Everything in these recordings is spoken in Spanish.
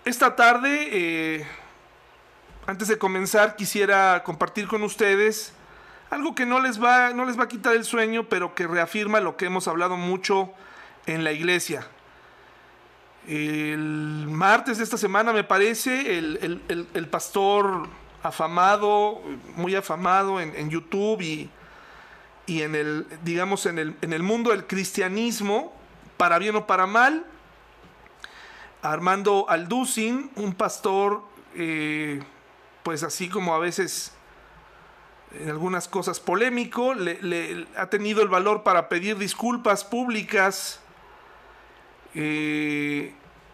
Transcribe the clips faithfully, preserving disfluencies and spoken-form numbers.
esta tarde, eh, antes de comenzar, quisiera compartir con ustedes algo que no les va, no les va a quitar el sueño, pero que reafirma lo que hemos hablado mucho en la iglesia. El martes de esta semana, me parece, el, el, el, el pastor afamado, muy afamado en, en YouTube y, y en el, digamos, en el, en el mundo del cristianismo, para bien o para mal, Armando Alducin, un pastor, eh, pues así como a veces en algunas cosas polémico, le, le, ha tenido el valor para pedir disculpas públicas eh,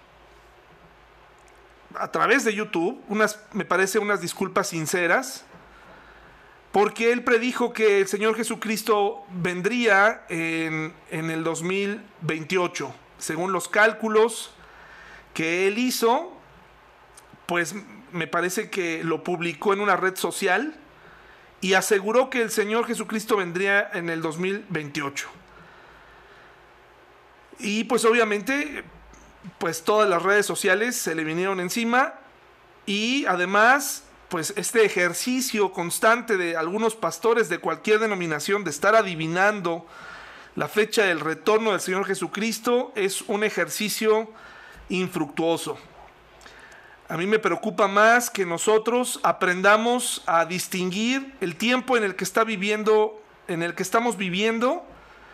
a través de YouTube, unas, me parece unas disculpas sinceras, porque él predijo que el Señor Jesucristo vendría en, en el dos mil veintiocho, según los cálculos que él hizo. Pues me parece que lo publicó en una red social y aseguró que el Señor Jesucristo vendría en el dos mil veintiocho. Y pues obviamente, pues todas las redes sociales se le vinieron encima, y además, pues este ejercicio constante de algunos pastores de cualquier denominación de estar adivinando la fecha del retorno del Señor Jesucristo es un ejercicio infructuoso. A mí me preocupa más que nosotros aprendamos a distinguir el tiempo en el que está viviendo, en el que estamos viviendo,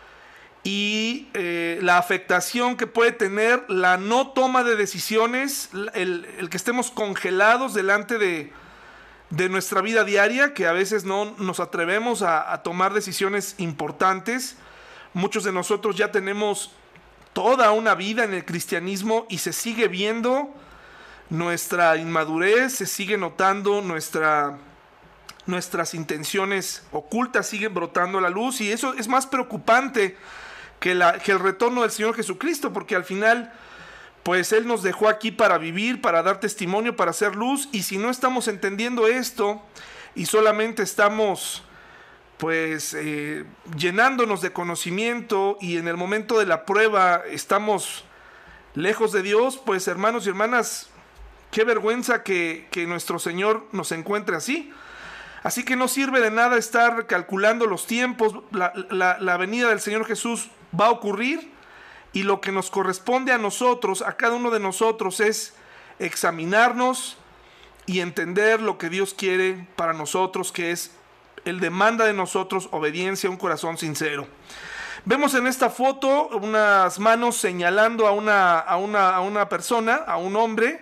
y eh, la afectación que puede tener la no toma de decisiones, el, el que estemos congelados delante de, de nuestra vida diaria, que a veces no nos atrevemos a, a tomar decisiones importantes. Muchos de nosotros ya tenemos toda una vida en el cristianismo y se sigue viendo nuestra inmadurez, se sigue notando nuestra, nuestras intenciones ocultas siguen brotando a la luz, y eso es más preocupante que, la, que el retorno del Señor Jesucristo, porque al final, pues Él nos dejó aquí para vivir, para dar testimonio, para hacer luz, y si no estamos entendiendo esto y solamente estamos pues eh, llenándonos de conocimiento, y en el momento de la prueba estamos lejos de Dios, pues hermanos y hermanas, qué vergüenza que, que nuestro Señor nos encuentre así. Así que no sirve de nada estar calculando los tiempos. La, la, la venida del Señor Jesús va a ocurrir, y lo que nos corresponde a nosotros, a cada uno de nosotros, es examinarnos y entender lo que Dios quiere para nosotros, que es, Él demanda de nosotros obediencia, un corazón sincero. Vemos en esta foto unas manos señalando a una, a una, a una persona, a un hombre,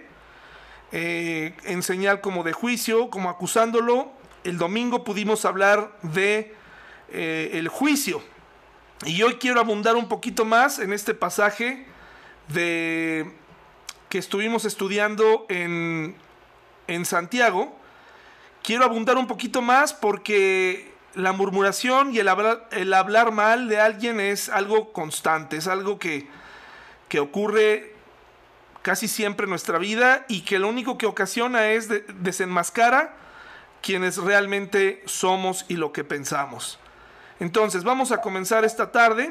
eh, en señal como de juicio, como acusándolo. El domingo pudimos hablar de eh, el juicio, y hoy quiero abundar un poquito más en este pasaje de, que estuvimos estudiando en, en Santiago. Quiero abundar un poquito más porque la murmuración y el hablar, el hablar mal de alguien es algo constante, es algo que, que ocurre casi siempre en nuestra vida, y que lo único que ocasiona es de, desenmascara quienes realmente somos y lo que pensamos. Entonces vamos a comenzar esta tarde,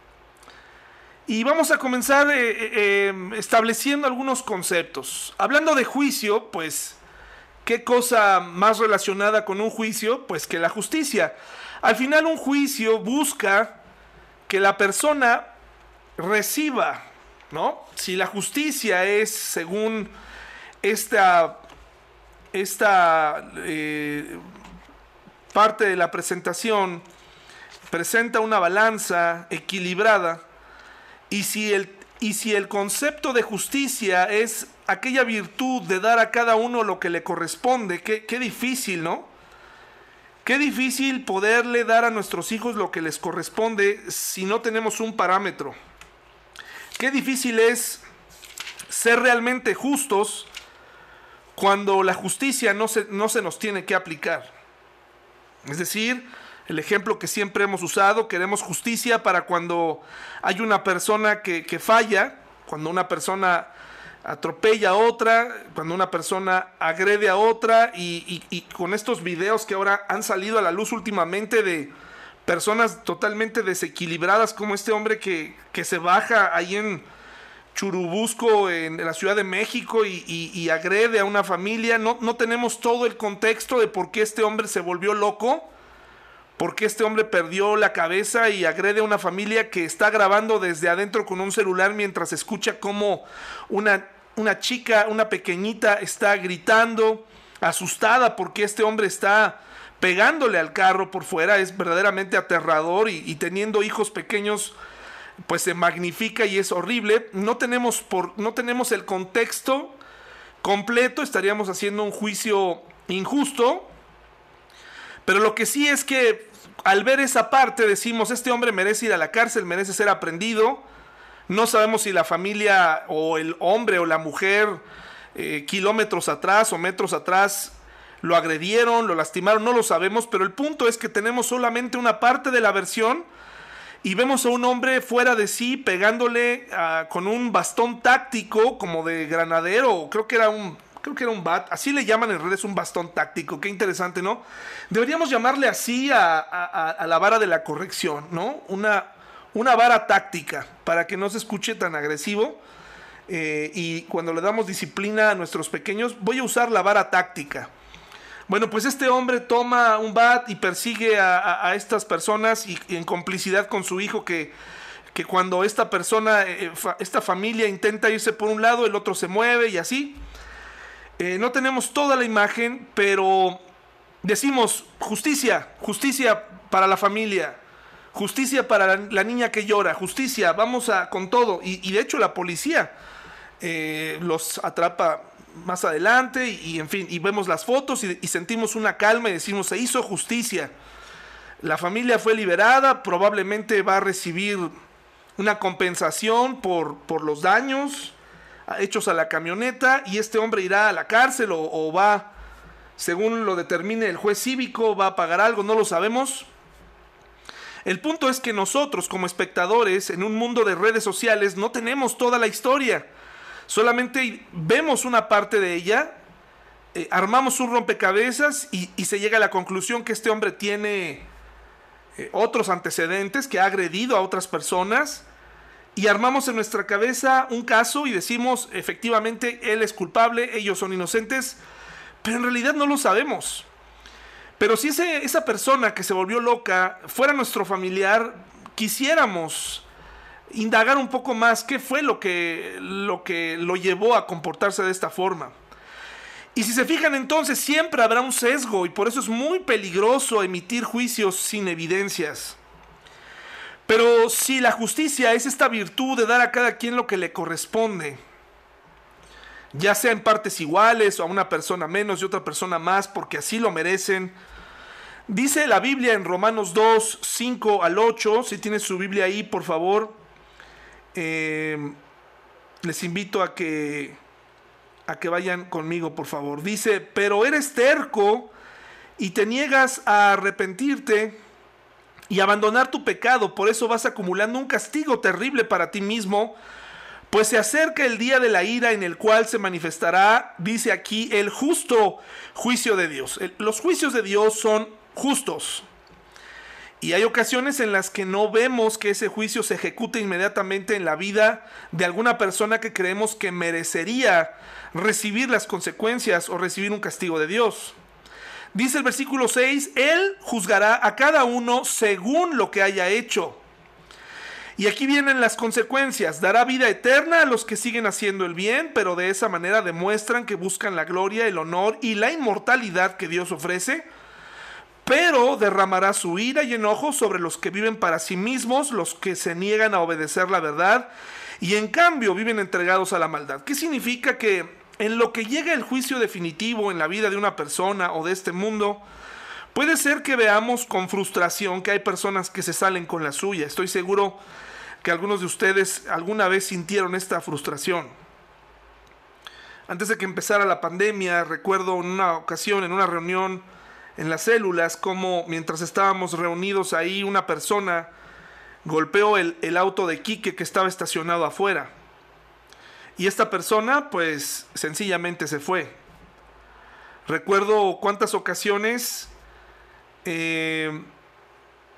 y vamos a comenzar eh, eh, estableciendo algunos conceptos. Hablando de juicio, pues ¿qué cosa más relacionada con un juicio? Pues que la justicia. Al final, un juicio busca que la persona reciba, ¿no? Si la justicia es, según esta, esta eh, parte de la presentación, presenta una balanza equilibrada, y si el, y si el concepto de justicia es aquella virtud de dar a cada uno lo que le corresponde, qué, qué difícil, ¿no? Qué difícil poderle dar a nuestros hijos lo que les corresponde si no tenemos un parámetro. Qué difícil es ser realmente justos cuando la justicia no se, no se nos tiene que aplicar. Es decir, el ejemplo que siempre hemos usado, queremos justicia para cuando hay una persona que, que falla, cuando una persona atropella a otra, cuando una persona agrede a otra, y, y, y con estos videos que ahora han salido a la luz últimamente de personas totalmente desequilibradas, como este hombre que, que se baja ahí en, Churubusco, en la Ciudad de México, y, y, y agrede a una familia. No, no tenemos todo el contexto de por qué este hombre se volvió loco, por qué este hombre perdió la cabeza y agrede a una familia que está grabando desde adentro con un celular mientras escucha cómo una, una chica, una pequeñita, está gritando, asustada porque este hombre está pegándole al carro por fuera. Es verdaderamente aterrador, y, y teniendo hijos pequeños pues se magnifica y es horrible. No tenemos, por, no tenemos el contexto completo, estaríamos haciendo un juicio injusto, pero lo que sí es que al ver esa parte decimos, este hombre merece ir a la cárcel, merece ser aprendido. No sabemos si la familia o el hombre o la mujer eh, kilómetros atrás o metros atrás lo agredieron, lo lastimaron, no lo sabemos, pero el punto es que tenemos solamente una parte de la versión. Y vemos a un hombre fuera de sí pegándole uh, con un bastón táctico como de granadero. Creo que era un, creo que era un bat. Así le llaman en redes, un bastón táctico. Qué interesante, ¿no? Deberíamos llamarle así a, a, a la vara de la corrección, ¿no? Una, una vara táctica para que no se escuche tan agresivo. Eh, y cuando le damos disciplina a nuestros pequeños, voy a usar la vara táctica. Bueno, pues este hombre toma un bat y persigue a, a, a estas personas, y, y en complicidad con su hijo, que, que cuando esta persona, eh, fa, esta familia intenta irse por un lado, el otro se mueve y así. Eh, no tenemos toda la imagen, pero decimos justicia, justicia para la familia, justicia para la, la niña que llora, justicia, vamos a con todo. Y, y de hecho la policía eh, los atrapa más adelante, y, y en fin, y vemos las fotos y, y sentimos una calma y decimos, se hizo justicia. La familia fue liberada, probablemente va a recibir una compensación por, por los daños hechos a la camioneta, y este hombre irá a la cárcel o, o va, según lo determine el juez cívico, va a pagar algo, no lo sabemos. El punto es que nosotros, como espectadores en un mundo de redes sociales, no tenemos toda la historia. Solamente vemos una parte de ella, eh, armamos un rompecabezas y, y se llega a la conclusión que este hombre tiene eh, otros antecedentes, que ha agredido a otras personas, y armamos en nuestra cabeza un caso y decimos, efectivamente, él es culpable, ellos son inocentes, pero en realidad no lo sabemos. Pero si ese, esa persona que se volvió loca fuera nuestro familiar, quisiéramos indagar un poco más qué fue lo que, lo que lo llevó a comportarse de esta forma. Y si se fijan, entonces siempre habrá un sesgo, y por eso es muy peligroso emitir juicios sin evidencias. Pero si la justicia es esta virtud de dar a cada quien lo que le corresponde, ya sea en partes iguales o a una persona menos y otra persona más porque así lo merecen, dice la Biblia en Romanos dos, cinco al ocho, si tienes su Biblia ahí, por favor, eh, les invito a que, a que vayan conmigo, por favor. Dice, pero eres terco y te niegas a arrepentirte y abandonar tu pecado, por eso vas acumulando un castigo terrible para ti mismo, pues se acerca el día de la ira en el cual se manifestará, dice aquí, el justo juicio de Dios. El, los juicios de Dios son justos. Y hay ocasiones en las que no vemos que ese juicio se ejecute inmediatamente en la vida de alguna persona que creemos que merecería recibir las consecuencias o recibir un castigo de Dios. Dice el versículo seis, Él juzgará a cada uno según lo que haya hecho. Y aquí vienen las consecuencias. Dará vida eterna a los que siguen haciendo el bien, pero de esa manera demuestran que buscan la gloria, el honor y la inmortalidad que Dios ofrece. Pero derramará su ira y enojo sobre los que viven para sí mismos, los que se niegan a obedecer la verdad y en cambio viven entregados a la maldad. ¿Qué significa? Que en lo que llega el juicio definitivo en la vida de una persona o de este mundo, puede ser que veamos con frustración que hay personas que se salen con la suya. Estoy seguro que algunos de ustedes alguna vez sintieron esta frustración. Antes de que empezara la pandemia, recuerdo en una ocasión, en una reunión en las células, como mientras estábamos reunidos ahí, una persona golpeó el, el auto de Quique que estaba estacionado afuera. Y esta persona, pues, sencillamente se fue. Recuerdo cuántas ocasiones eh,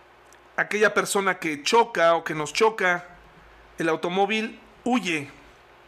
aquella persona que choca o que nos choca, el automóvil huye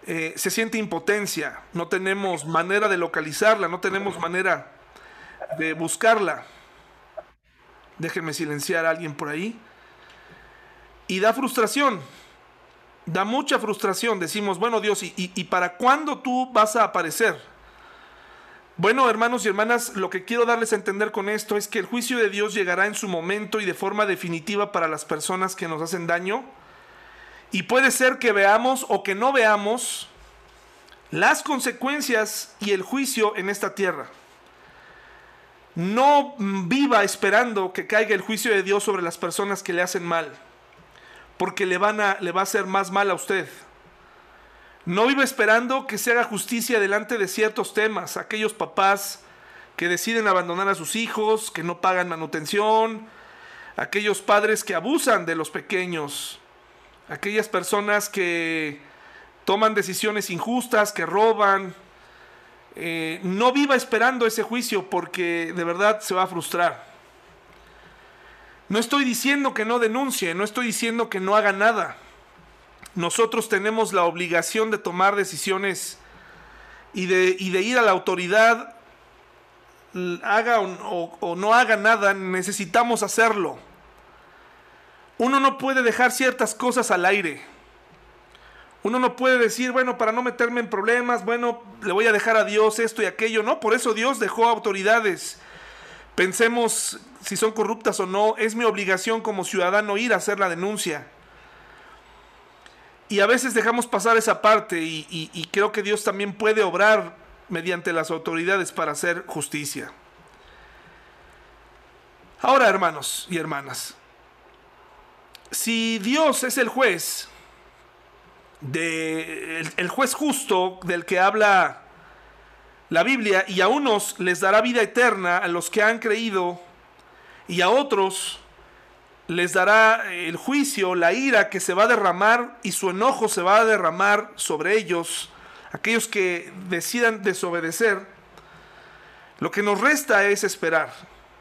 eh, se siente impotencia, no tenemos manera de localizarla, no tenemos manera de buscarla. Déjenme silenciar a alguien por ahí. Y da frustración, da mucha frustración. Decimos, bueno Dios, ¿y, y, y para cuándo tú vas a aparecer? Bueno, hermanos y hermanas, lo que quiero darles a entender con esto es que el juicio de Dios llegará en su momento y de forma definitiva para las personas que nos hacen daño. Y puede ser que veamos o que no veamos las consecuencias y el juicio en esta tierra. No viva esperando que caiga el juicio de Dios sobre las personas que le hacen mal, porque le, van a, le va a hacer más mal a usted. No viva esperando que se haga justicia delante de ciertos temas. Aquellos papás que deciden abandonar a sus hijos, que no pagan manutención, aquellos padres que abusan de los pequeños, aquellas personas que toman decisiones injustas, que roban. Eh, no viva esperando ese juicio, porque de verdad se va a frustrar. No estoy diciendo que no denuncie, no estoy diciendo que no haga nada. Nosotros tenemos la obligación de tomar decisiones y de, y de ir a la autoridad, haga o, o, o no haga nada, necesitamos hacerlo. Uno no puede dejar ciertas cosas al aire. Uno no puede decir, bueno, para no meterme en problemas, bueno, le voy a dejar a Dios esto y aquello. No, por eso Dios dejó autoridades. Pensemos si son corruptas o no. Es mi obligación como ciudadano ir a hacer la denuncia. Y a veces dejamos pasar esa parte y, y, y creo que Dios también puede obrar mediante las autoridades para hacer justicia. Ahora, hermanos y hermanas, si Dios es el juez, de, el, el juez justo del que habla la Biblia, y a unos les dará vida eterna a los que han creído, y a otros les dará el juicio, la ira que se va a derramar, y su enojo se va a derramar sobre ellos, aquellos que decidan desobedecer. Lo que nos resta es esperar.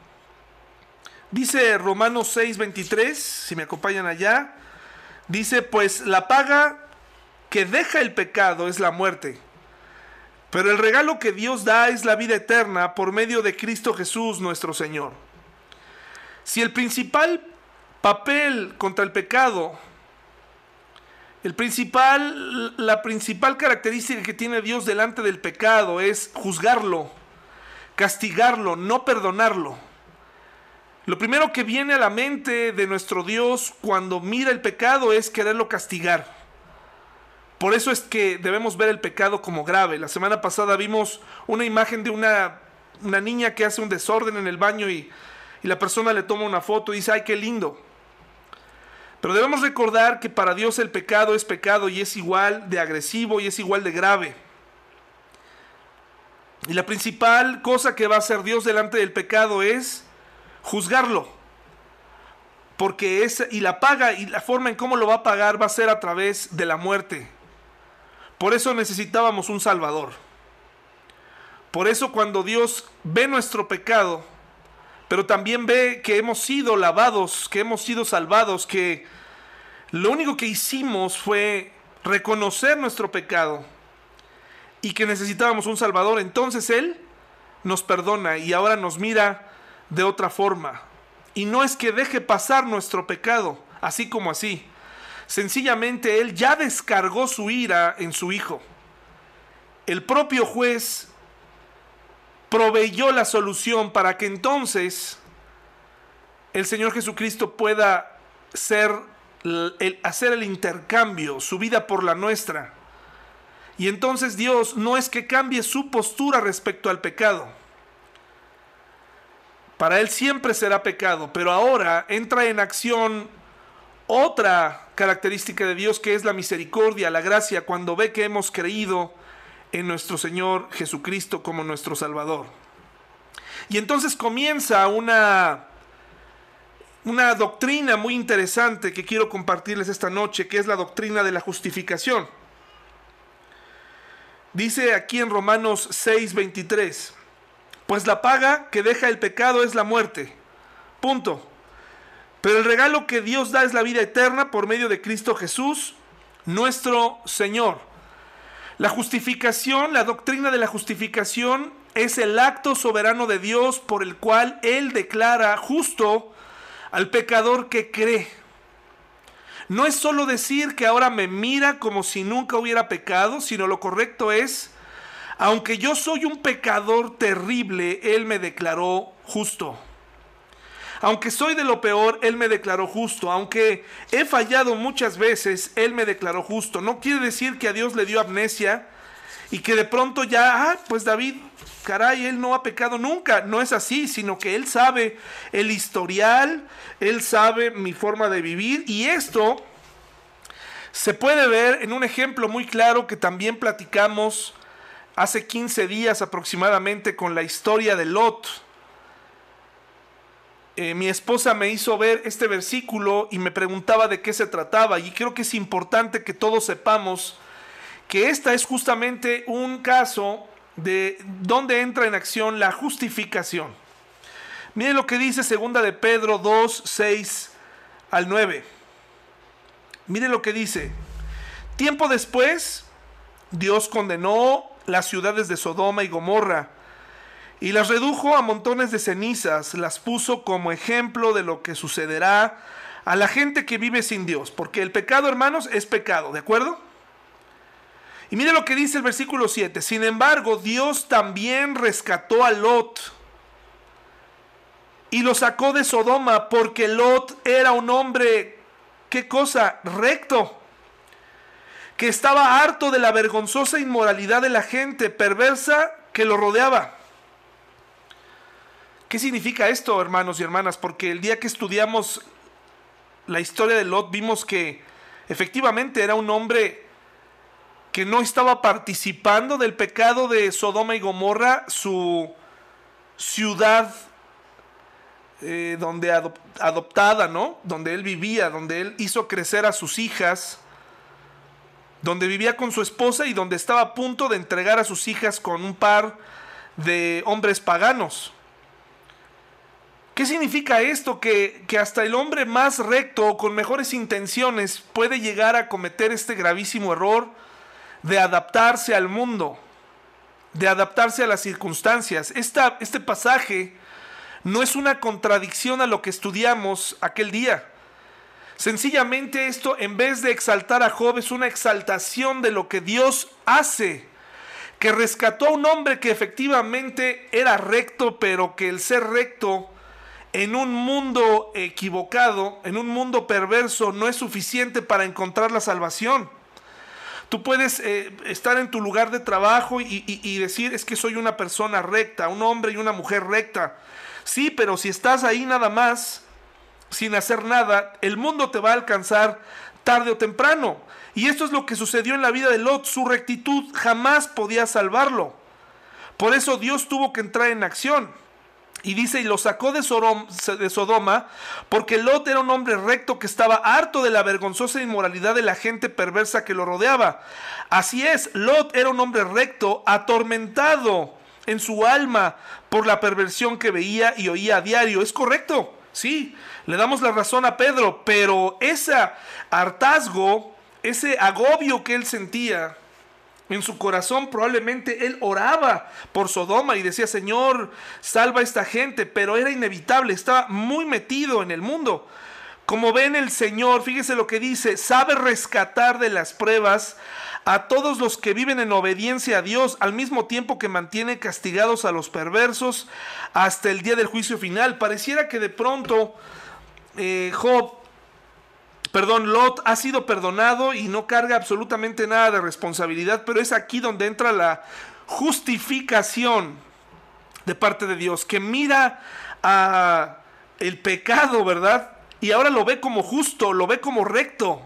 Dice Romanos seis veintitrés, si me acompañan allá, dice, pues la paga que deja el pecado es la muerte, pero el regalo que Dios da es la vida eterna por medio de Cristo Jesús nuestro Señor. Si el principal papel contra el pecado, el principal, la principal característica que tiene Dios delante del pecado es juzgarlo, castigarlo, no perdonarlo. Lo primero que viene a la mente de nuestro Dios cuando mira el pecado es quererlo castigar. Por eso es que debemos ver el pecado como grave. La semana pasada vimos una imagen de una, una niña que hace un desorden en el baño y, y la persona le toma una foto y dice, ¡ay, qué lindo! Pero debemos recordar que para Dios el pecado es pecado y es igual de agresivo y es igual de grave. Y la principal cosa que va a hacer Dios delante del pecado es juzgarlo. Porque es, y la paga y la forma en cómo lo va a pagar va a ser a través de la muerte. Por eso necesitábamos un Salvador. Por eso cuando Dios ve nuestro pecado, pero también ve que hemos sido lavados, que hemos sido salvados, que lo único que hicimos fue reconocer nuestro pecado y que necesitábamos un Salvador, entonces Él nos perdona y ahora nos mira de otra forma. Y no es que deje pasar nuestro pecado, así como así. Sencillamente Él ya descargó su ira en su Hijo. El propio juez proveyó la solución para que entonces el Señor Jesucristo pueda ser, el, hacer el intercambio, su vida por la nuestra. Y entonces Dios no es que cambie su postura respecto al pecado. Para Él siempre será pecado, pero ahora entra en acción otra característica de Dios, que es la misericordia, la gracia, cuando ve que hemos creído en nuestro Señor Jesucristo como nuestro Salvador. Y entonces comienza una, una doctrina muy interesante que quiero compartirles esta noche, que es la doctrina de la justificación. Dice aquí en Romanos seis veintitrés, pues la paga que deja el pecado es la muerte. Punto. Pero el regalo que Dios da es la vida eterna por medio de Cristo Jesús, nuestro Señor. La justificación, la doctrina de la justificación es el acto soberano de Dios por el cual Él declara justo al pecador que cree. No es solo decir que ahora me mira como si nunca hubiera pecado, sino lo correcto es, aunque yo soy un pecador terrible, Él me declaró justo. Aunque soy de lo peor, Él me declaró justo. Aunque he fallado muchas veces, Él me declaró justo. No quiere decir que a Dios le dio amnesia y que de pronto ya, ah, pues David, caray, él no ha pecado nunca. No es así, sino que Él sabe el historial, Él sabe mi forma de vivir. Y esto se puede ver en un ejemplo muy claro que también platicamos hace quince días aproximadamente con la historia de Lot. Eh, mi esposa me hizo ver este versículo y me preguntaba de qué se trataba, y creo que es importante que todos sepamos que esta es justamente un caso de donde entra en acción la justificación. Miren lo que dice segunda de Pedro dos, seis al nueve. Miren lo que dice. Tiempo después, Dios condenó las ciudades de Sodoma y Gomorra y las redujo a montones de cenizas, las puso como ejemplo de lo que sucederá a la gente que vive sin Dios, porque el pecado, hermanos, es pecado, ¿de acuerdo? Y mire lo que dice el versículo siete. Sin embargo, Dios también rescató a Lot y lo sacó de Sodoma, porque Lot era un hombre, ¿qué cosa? Recto, que estaba harto de la vergonzosa inmoralidad de la gente perversa que lo rodeaba. ¿Qué significa esto, hermanos y hermanas? Porque el día que estudiamos la historia de Lot, vimos que efectivamente era un hombre que no estaba participando del pecado de Sodoma y Gomorra, su ciudad eh, donde adop- adoptada, ¿no? Donde él vivía, donde él hizo crecer a sus hijas, donde vivía con su esposa y donde estaba a punto de entregar a sus hijas con un par de hombres paganos. ¿Qué significa esto? Que, que hasta el hombre más recto, con mejores intenciones, puede llegar a cometer este gravísimo error de adaptarse al mundo, de adaptarse a las circunstancias. Esta, este pasaje no es una contradicción a lo que estudiamos aquel día. Sencillamente esto, en vez de exaltar a Job, es una exaltación de lo que Dios hace, que rescató a un hombre que efectivamente era recto, pero que el ser recto en un mundo equivocado, en un mundo perverso, no es suficiente para encontrar la salvación. Tú puedes eh, estar en tu lugar de trabajo y, y, y decir, es que soy una persona recta, un hombre y una mujer recta. Sí, pero si estás ahí nada más, sin hacer nada, el mundo te va a alcanzar tarde o temprano. Y esto es lo que sucedió en la vida de Lot. Su rectitud jamás podía salvarlo. Por eso Dios tuvo que entrar en acción. Y dice, y lo sacó de Sodoma, porque Lot era un hombre recto que estaba harto de la vergonzosa inmoralidad de la gente perversa que lo rodeaba. Así es, Lot era un hombre recto, atormentado en su alma por la perversión que veía y oía a diario. Es correcto, sí, le damos la razón a Pedro, pero ese hartazgo, ese agobio que él sentía en su corazón, probablemente él oraba por Sodoma y decía, Señor, salva a esta gente, pero era inevitable, estaba muy metido en el mundo. Como ven, el Señor, fíjese lo que dice, sabe rescatar de las pruebas a todos los que viven en obediencia a Dios, al mismo tiempo que mantiene castigados a los perversos hasta el día del juicio final. Pareciera que de pronto eh, Job Perdón, Lot ha sido perdonado y no carga absolutamente nada de responsabilidad, pero es aquí donde entra la justificación de parte de Dios, que mira a el pecado, ¿verdad? Y ahora lo ve como justo, lo ve como recto.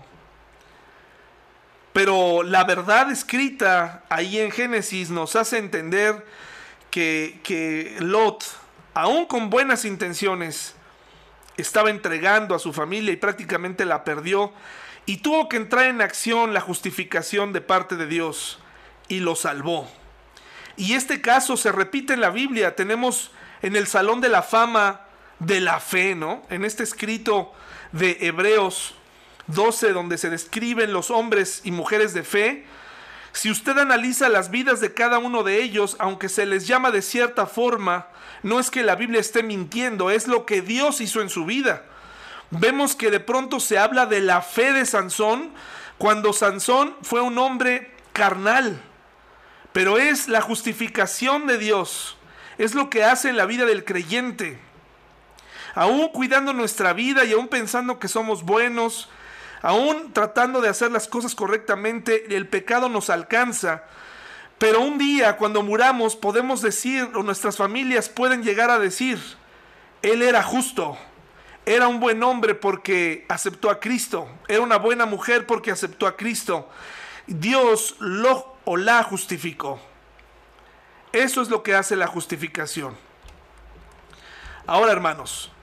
Pero la verdad escrita ahí en Génesis nos hace entender que, que Lot, aún con buenas intenciones, estaba entregando a su familia y prácticamente la perdió, y tuvo que entrar en acción la justificación de parte de Dios y lo salvó. Y este caso se repite en la Biblia. Tenemos en el Salón de la Fama de la Fe, ¿no? En este escrito de Hebreos doce, donde se describen los hombres y mujeres de fe, Si usted analiza las vidas de cada uno de ellos, aunque se les llama de cierta forma, no es que la Biblia esté mintiendo, es lo que Dios hizo en su vida. Vemos que de pronto se habla de la fe de Sansón, cuando Sansón fue un hombre carnal, pero es la justificación de Dios, es lo que hace en la vida del creyente. Aún cuidando nuestra vida y aún pensando que somos buenos, aún tratando de hacer las cosas correctamente, el pecado nos alcanza. Pero un día, cuando muramos, podemos decir, o nuestras familias pueden llegar a decir, él era justo, era un buen hombre porque aceptó a Cristo, era una buena mujer porque aceptó a Cristo. Dios lo o la justificó. Eso es lo que hace la justificación. Ahora, hermanos,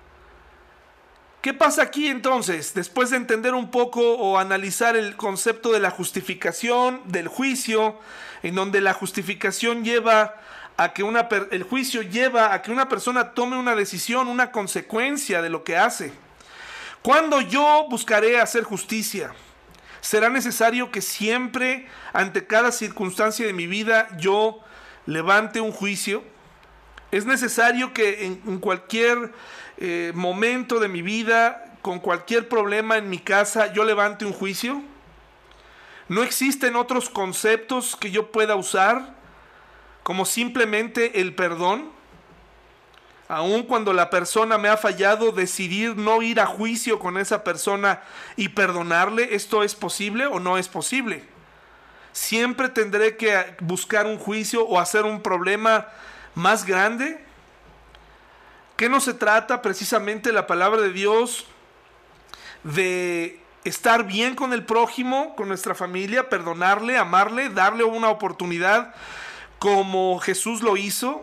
¿qué pasa aquí entonces? Después de entender un poco o analizar el concepto de la justificación, del juicio, en donde la justificación lleva a que una per- el juicio lleva a que una persona tome una decisión, una consecuencia de lo que hace. ¿Cuándo yo buscaré hacer justicia? ¿Será necesario que siempre, ante cada circunstancia de mi vida, yo levante un juicio? ¿Es necesario que en, en cualquier eh, momento de mi vida, con cualquier problema en mi casa, yo levante un juicio? ¿No existen otros conceptos que yo pueda usar, como simplemente el perdón? Aun cuando la persona me ha fallado, decidir no ir a juicio con esa persona y perdonarle, ¿esto es posible o no es posible? ¿Siempre tendré que buscar un juicio o hacer un problema más grande? ¿Qué no se trata precisamente la palabra de Dios de estar bien con el prójimo, con nuestra familia, perdonarle, amarle, darle una oportunidad como Jesús lo hizo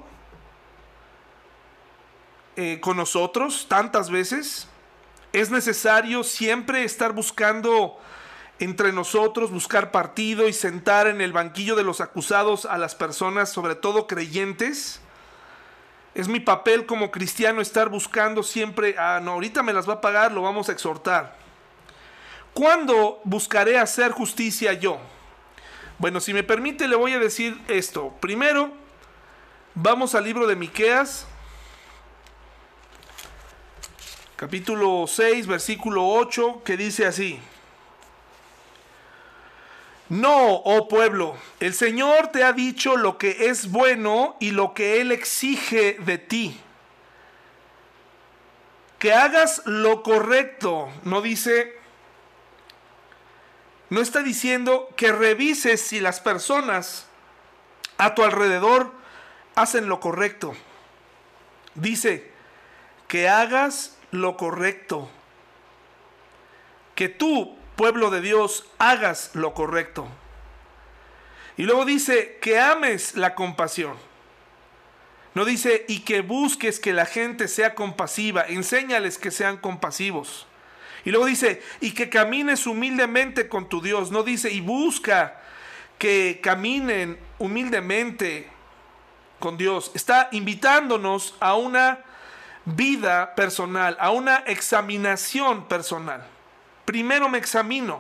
eh, con nosotros tantas veces? Es necesario siempre estar buscando entre nosotros, buscar partido y sentar en el banquillo de los acusados a las personas, sobre todo creyentes. Es mi papel como cristiano estar buscando siempre, ah, no, ahorita me las va a pagar, lo vamos a exhortar. ¿Cuándo buscaré hacer justicia yo? Bueno, si me permite le voy a decir esto. Primero, vamos al libro de Miqueas, capítulo seis, versículo ocho, que dice así: No, oh pueblo, el Señor te ha dicho lo que es bueno y lo que Él exige de ti. Que hagas lo correcto. No dice, no está diciendo que revises si las personas a tu alrededor hacen lo correcto. Dice que hagas lo correcto. Que tú, pueblo de Dios, hagas lo correcto. Y luego dice que ames la compasión. No dice y que busques que la gente sea compasiva, enséñales que sean compasivos. Y luego dice y que camines humildemente con tu Dios. No dice y busca que caminen humildemente con Dios. Está invitándonos a una vida personal, a una examinación personal. Primero me examino.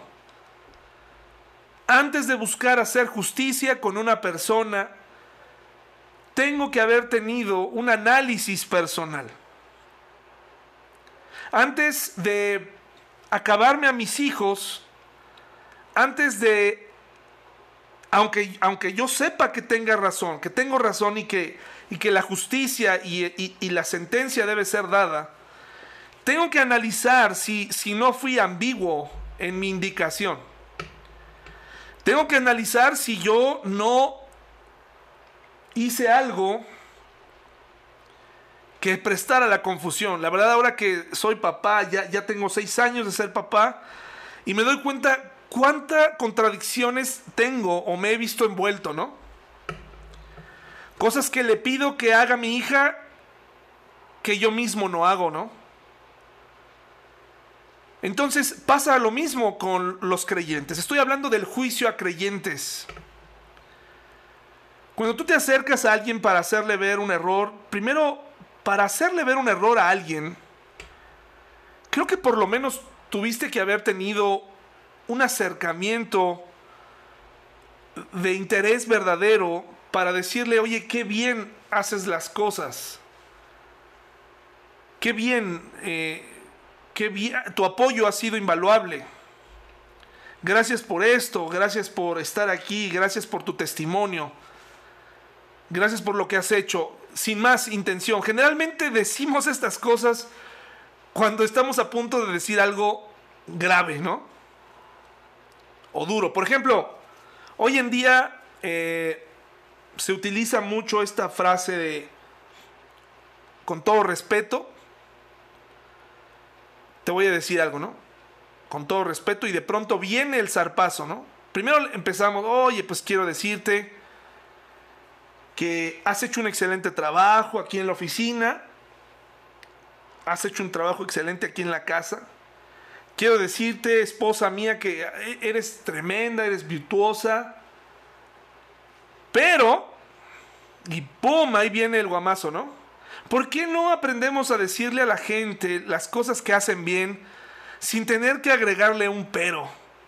Antes de buscar hacer justicia con una persona, tengo que haber tenido un análisis personal. Antes de acabarme a mis hijos, antes de, aunque, aunque yo sepa que tenga razón, que tengo razón y que, y que la justicia y, y, y la sentencia debe ser dada, tengo que analizar si, si no fui ambiguo en mi indicación. Tengo que analizar si yo no hice algo que prestara la confusión. La verdad, ahora que soy papá, ya, ya tengo seis años de ser papá, y me doy cuenta cuántas contradicciones tengo o me he visto envuelto, ¿no? Cosas que le pido que haga mi hija que yo mismo no hago, ¿no? Entonces pasa lo mismo con los creyentes. Estoy hablando del juicio a creyentes. Cuando tú te acercas a alguien para hacerle ver un error, primero, para hacerle ver un error a alguien, creo que por lo menos tuviste que haber tenido un acercamiento de interés verdadero para decirle, oye, qué bien haces las cosas. Qué bien, eh, qué bien, tu apoyo ha sido invaluable. Gracias por esto, gracias por estar aquí, gracias por tu testimonio. Gracias por lo que has hecho, sin más intención. Generalmente decimos estas cosas cuando estamos a punto de decir algo grave, ¿no? O duro. Por ejemplo, hoy en día eh, se utiliza mucho esta frase de, con todo respeto, te voy a decir algo, ¿no? Con todo respeto, y de pronto viene el zarpazo, ¿no? Primero empezamos, oye, pues quiero decirte que has hecho un excelente trabajo aquí en la oficina, has hecho un trabajo excelente aquí en la casa. Quiero decirte, esposa mía, que eres tremenda, eres virtuosa. Pero, y pum, ahí viene el guamazo, ¿no? ¿Por qué no aprendemos a decirle a la gente las cosas que hacen bien sin tener que agregarle un pero?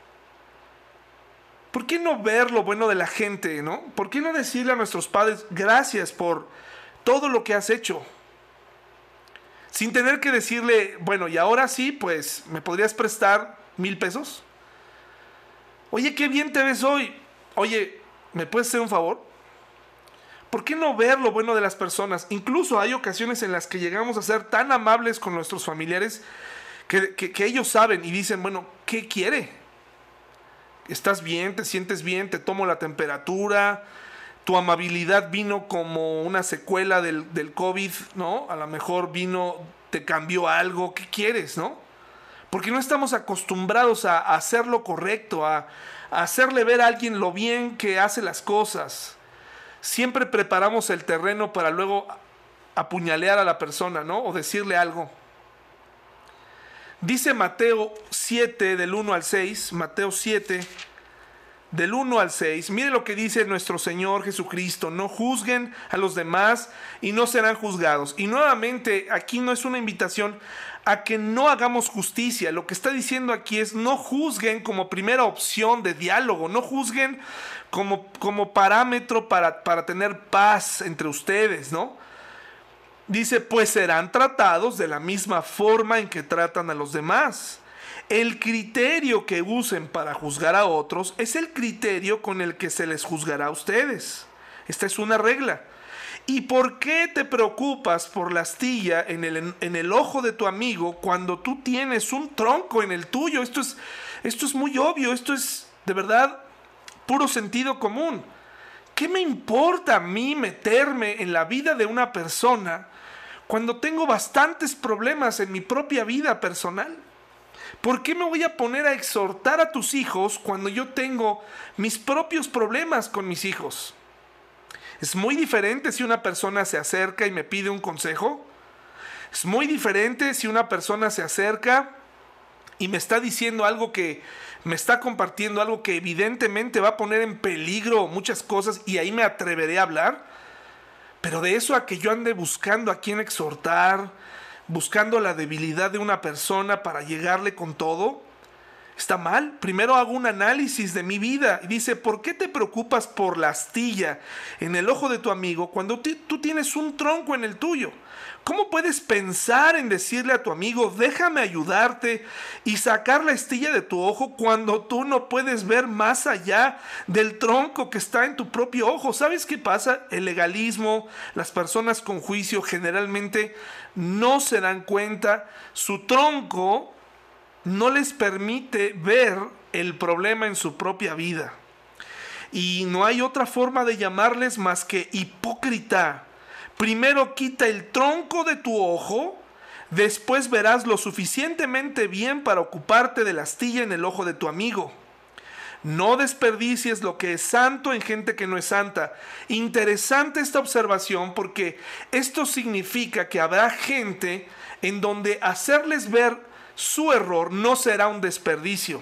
¿Por qué no ver lo bueno de la gente, ¿no? ¿Por qué no decirle a nuestros padres gracias por todo lo que has hecho? Sin tener que decirle, bueno, y ahora sí, pues, ¿me podrías prestar mil pesos? Oye, qué bien te ves hoy. Oye, ¿me puedes hacer un favor? ¿Por qué no ver lo bueno de las personas? Incluso hay ocasiones en las que llegamos a ser tan amables con nuestros familiares que, que, que ellos saben y dicen, bueno, ¿qué quiere? ¿Estás bien? ¿Te sientes bien? ¿Te tomo la temperatura? ¿Tu amabilidad vino como una secuela del, del COVID, ¿no? A lo mejor vino, te cambió algo. ¿Qué quieres, no? Porque no estamos acostumbrados a, a hacer lo correcto, a, a hacerle ver a alguien lo bien que hace las cosas. Siempre preparamos el terreno para luego apuñalear a la persona, ¿no? O decirle algo. Dice Mateo siete, del uno al seis, Mateo siete, del uno al seis, mire lo que dice nuestro Señor Jesucristo: no juzguen a los demás y no serán juzgados. Y nuevamente, aquí no es una invitación a que no hagamos justicia. Lo que está diciendo aquí es: no juzguen como primera opción de diálogo, no juzguen como, como parámetro para, para tener paz entre ustedes, ¿no? Dice, pues serán tratados de la misma forma en que tratan a los demás. El criterio que usen para juzgar a otros es el criterio con el que se les juzgará a ustedes. Esta es una regla. ¿Y por qué te preocupas por la astilla en el, en el ojo de tu amigo cuando tú tienes un tronco en el tuyo? Esto es, esto es muy obvio, esto es de verdad puro sentido común. ¿Qué me importa a mí meterme en la vida de una persona cuando tengo bastantes problemas en mi propia vida personal? ¿Por qué me voy a poner a exhortar a tus hijos cuando yo tengo mis propios problemas con mis hijos? Es muy diferente si una persona se acerca y me pide un consejo. Es muy diferente si una persona se acerca y me está diciendo algo que me está compartiendo, algo que evidentemente va a poner en peligro muchas cosas, y ahí me atreveré a hablar. Pero de eso a que yo ande buscando a quién exhortar, buscando la debilidad de una persona para llegarle con todo, está mal. Primero hago un análisis de mi vida y dice, ¿por qué te preocupas por la astilla en el ojo de tu amigo cuando t- tú tienes un tronco en el tuyo? ¿Cómo puedes pensar en decirle a tu amigo, déjame ayudarte y sacar la astilla de tu ojo cuando tú no puedes ver más allá del tronco que está en tu propio ojo? ¿Sabes qué pasa? El legalismo, las personas con juicio generalmente no se dan cuenta. Su tronco no les permite ver el problema en su propia vida. Y no hay otra forma de llamarles más que hipócrita. Primero quita el tronco de tu ojo, después verás lo suficientemente bien para ocuparte de la astilla en el ojo de tu amigo. No desperdicies lo que es santo en gente que no es santa. Interesante esta observación, porque esto significa que habrá gente en donde hacerles ver su error no será un desperdicio.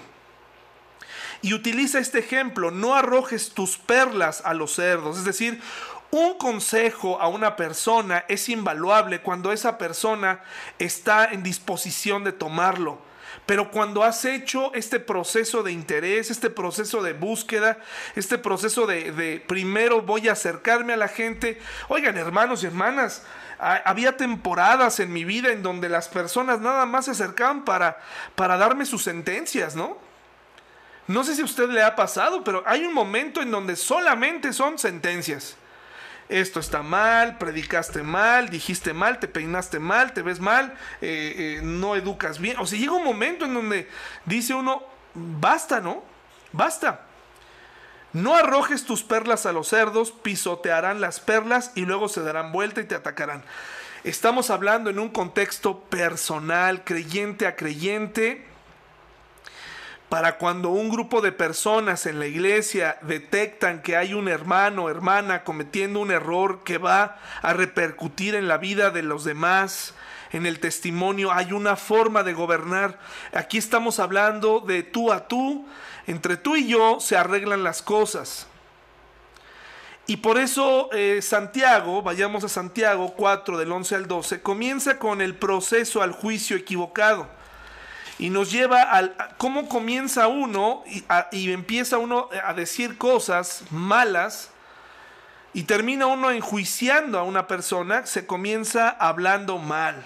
Y utiliza este ejemplo: no arrojes tus perlas a los cerdos. Es decir, un consejo a una persona es invaluable cuando esa persona está en disposición de tomarlo. Pero cuando has hecho este proceso de interés, este proceso de búsqueda, este proceso de, de primero voy a acercarme a la gente. Oigan, hermanos y hermanas, a, había temporadas en mi vida en donde las personas nada más se acercaban para, para darme sus sentencias, ¿no? No sé si a usted le ha pasado, pero hay un momento en donde solamente son sentencias. Esto está mal, predicaste mal, dijiste mal, te peinaste mal, te ves mal, eh, eh, no educas bien. O sea, llega un momento en donde dice uno, basta, ¿no? Basta. No arrojes tus perlas a los cerdos, pisotearán las perlas y luego se darán vuelta y te atacarán. Estamos hablando en un contexto personal, creyente a creyente. Para cuando un grupo de personas en la iglesia detectan que hay un hermano o hermana cometiendo un error que va a repercutir en la vida de los demás, en el testimonio, hay una forma de gobernar. Aquí estamos hablando de tú a tú, entre tú y yo se arreglan las cosas. Y por eso eh, Santiago, vayamos a Santiago cuatro del once al doce, comienza con el proceso al juicio equivocado. Y nos lleva al a cómo comienza uno y, a, y empieza uno a decir cosas malas y termina uno enjuiciando a una persona, se comienza hablando mal.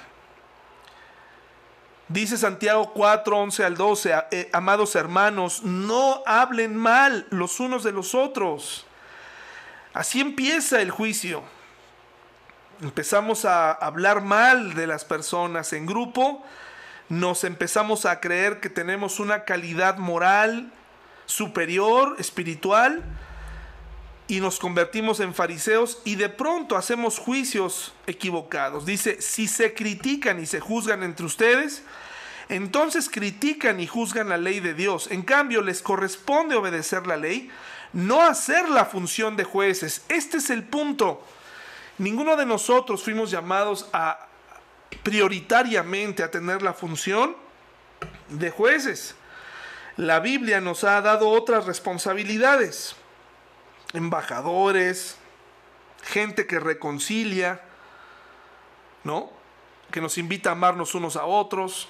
Dice Santiago cuatro, once al doce, eh, amados hermanos, no hablen mal los unos de los otros. Así empieza el juicio. Empezamos a hablar mal de las personas en grupo. Nos empezamos a creer que tenemos una calidad moral superior, espiritual, y nos convertimos en fariseos y de pronto hacemos juicios equivocados. Dice, si se critican y se juzgan entre ustedes, entonces critican y juzgan la ley de Dios. En cambio, les corresponde obedecer la ley, no hacer la función de jueces. Este es el punto. Ninguno de nosotros fuimos llamados a prioritariamente a tener la función de jueces. La Biblia nos ha dado otras responsabilidades: embajadores, gente que reconcilia, ¿no? Que nos invita a amarnos unos a otros.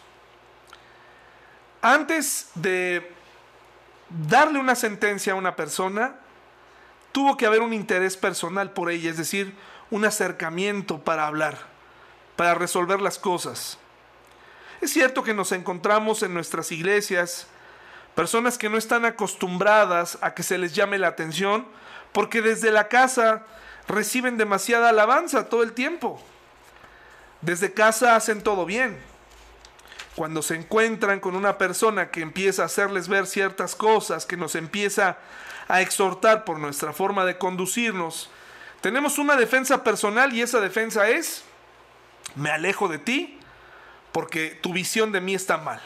Antes de darle una sentencia a una persona, tuvo que haber un interés personal por ella, es decir, un acercamiento para hablar, para resolver las cosas. Es cierto que nos encontramos en nuestras iglesias personas que no están acostumbradas a que se les llame la atención porque desde la casa reciben demasiada alabanza todo el tiempo. Desde casa hacen todo bien. Cuando se encuentran con una persona que empieza a hacerles ver ciertas cosas, que nos empieza a exhortar por nuestra forma de conducirnos, tenemos una defensa personal y esa defensa es: me alejo de ti porque tu visión de mí está mal.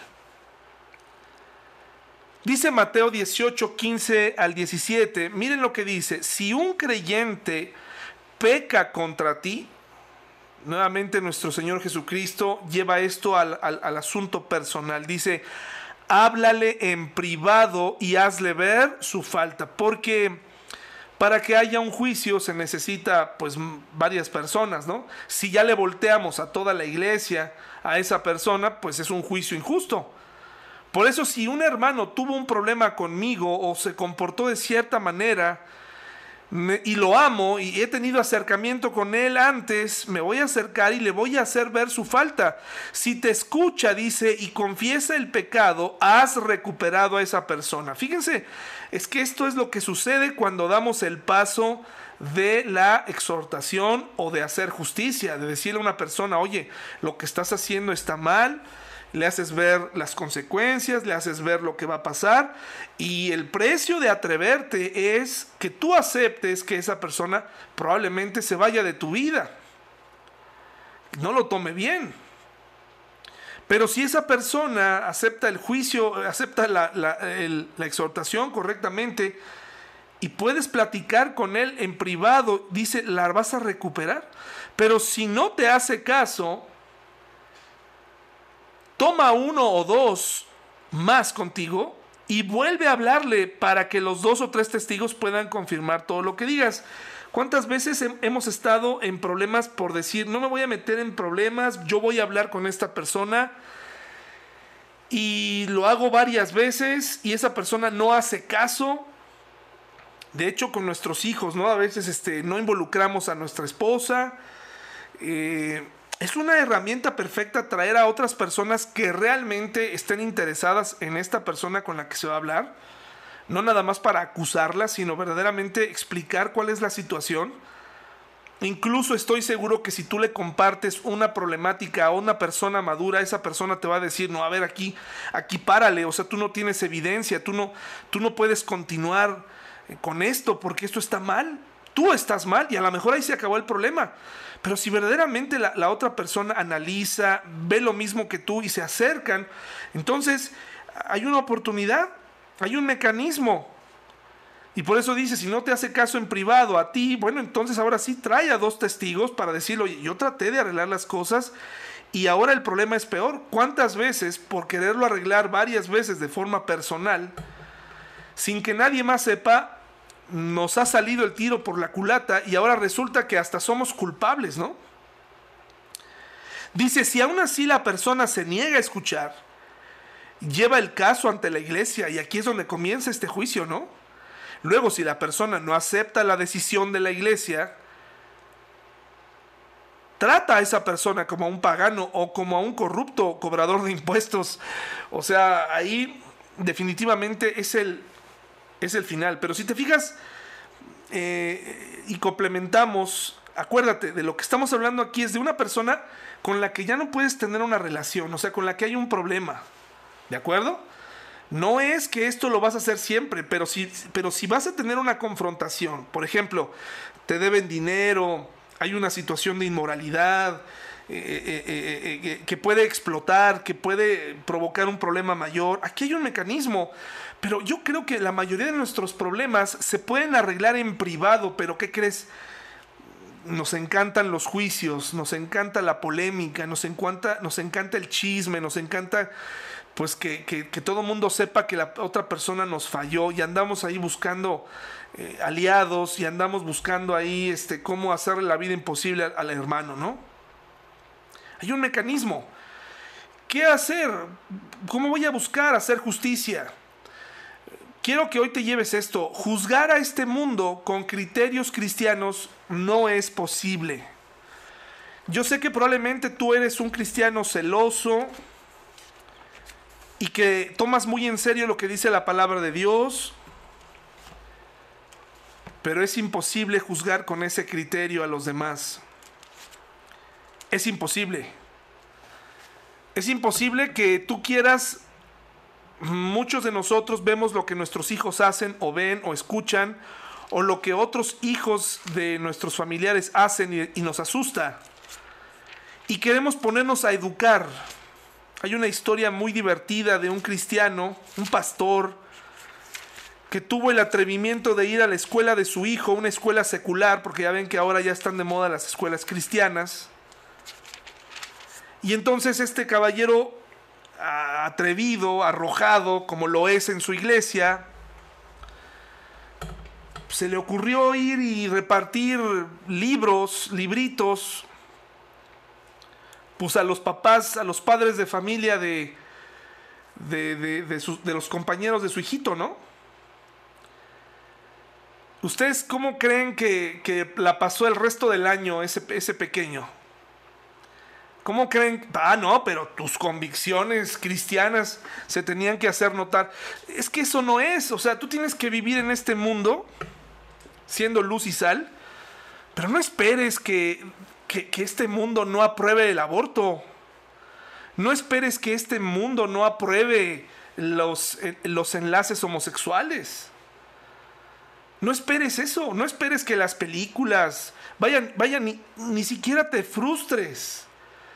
Dice Mateo dieciocho, quince al diecisiete, miren lo que dice: si un creyente peca contra ti, nuevamente nuestro Señor Jesucristo lleva esto al, al, al asunto personal. Dice, háblale en privado y hazle ver su falta, porque para que haya un juicio se necesita pues varias personas, ¿no? Si ya le volteamos a toda la iglesia a esa persona, pues es un juicio injusto. Por eso, si un hermano tuvo un problema conmigo o se comportó de cierta manera me, y lo amo y he tenido acercamiento con él antes, me voy a acercar y le voy a hacer ver su falta. Si te escucha, dice, y confiesa el pecado, has recuperado a esa persona. Fíjense, es que esto es lo que sucede cuando damos el paso de la exhortación o de hacer justicia, de decirle a una persona, oye, lo que estás haciendo está mal. Le haces ver las consecuencias, le haces ver lo que va a pasar, y el precio de atreverte es que tú aceptes que esa persona probablemente se vaya de tu vida. No lo tome bien. Pero si esa persona acepta el juicio, acepta la, la, el, la exhortación correctamente, y puedes platicar con él en privado, dice, la vas a recuperar. Pero si no te hace caso, toma uno o dos más contigo y vuelve a hablarle para que los dos o tres testigos puedan confirmar todo lo que digas. ¿Cuántas veces he, hemos estado en problemas por decir, no me voy a meter en problemas, yo voy a hablar con esta persona? y lo hago varias veces y esa persona no hace caso. De hecho, con nuestros hijos, ¿no? A veces este, no involucramos a nuestra esposa. Eh, es una herramienta perfecta traer a otras personas que realmente estén interesadas en esta persona con la que se va a hablar. No nada más para acusarla, sino verdaderamente explicar cuál es la situación. Incluso estoy seguro que si tú le compartes una problemática a una persona madura, esa persona te va a decir, no, a ver, aquí, aquí párale, o sea, tú no tienes evidencia, tú no, tú no puedes continuar con esto porque esto está mal. Tú estás mal y a lo mejor ahí se acabó el problema. Pero si verdaderamente la, la otra persona analiza, ve lo mismo que tú y se acercan, entonces hay una oportunidad, hay un mecanismo. Y por eso dice, si no te hace caso en privado a ti, bueno, entonces ahora sí trae a dos testigos para decirle, oye, yo traté de arreglar las cosas y ahora el problema es peor. ¿Cuántas veces, por quererlo arreglar varias veces de forma personal, sin que nadie más sepa, nos ha salido el tiro por la culata y ahora resulta que hasta somos culpables, ¿no? Dice, si aún así la persona se niega a escuchar, lleva el caso ante la iglesia y aquí es donde comienza este juicio, ¿no? Luego, si la persona no acepta la decisión de la iglesia, trata a esa persona como a un pagano o como a un corrupto cobrador de impuestos. O sea, ahí definitivamente es el, es el final. Pero si te fijas eh, y complementamos, acuérdate, de lo que estamos hablando aquí es de una persona con la que ya no puedes tener una relación, o sea, con la que hay un problema. ¿De acuerdo? No es que esto lo vas a hacer siempre, pero si, pero si vas a tener una confrontación, por ejemplo, te deben dinero, hay una situación de inmoralidad eh, eh, eh, eh, que puede explotar, que puede provocar un problema mayor, aquí hay un mecanismo, pero yo creo que la mayoría de nuestros problemas se pueden arreglar en privado, pero ¿qué crees? Nos encantan los juicios, nos encanta la polémica, nos encanta, nos encanta el chisme, nos encanta pues que, que, que todo el mundo sepa que la otra persona nos falló y andamos ahí buscando eh, aliados y andamos buscando ahí este, cómo hacerle la vida imposible al, al hermano, ¿no? Hay un mecanismo. ¿Qué hacer? ¿Cómo voy a buscar hacer justicia? Quiero que hoy te lleves esto. Juzgar a este mundo con criterios cristianos no es posible. Yo sé que probablemente tú eres un cristiano celoso y que tomas muy en serio lo que dice la palabra de Dios, pero es imposible juzgar con ese criterio a los demás. Es imposible. Es imposible que tú quieras. Muchos de nosotros vemos lo que nuestros hijos hacen o ven o escuchan o lo que otros hijos de nuestros familiares hacen y, y nos asusta. Y queremos ponernos a educar. Hay una historia muy divertida de un cristiano, un pastor, que tuvo el atrevimiento de ir a la escuela de su hijo, una escuela secular, porque ya ven que ahora ya están de moda las escuelas cristianas. Y entonces este caballero atrevido, arrojado, como lo es en su iglesia, se le ocurrió ir y repartir libros, libritos, pues a los papás, a los padres de familia de, de, de, de, sus, de los compañeros de su hijito, ¿no? ¿Ustedes cómo creen que, que la pasó el resto del año ese, ese pequeño? ¿Cómo creen? Ah, no, pero tus convicciones cristianas se tenían que hacer notar. Es que eso no es. O sea, tú tienes que vivir en este mundo siendo luz y sal, pero no esperes que, que, que este mundo no apruebe el aborto. No esperes que este mundo no apruebe los, los enlaces homosexuales. No esperes eso. No esperes que las películas vayan, vayan ni, ni siquiera te frustres.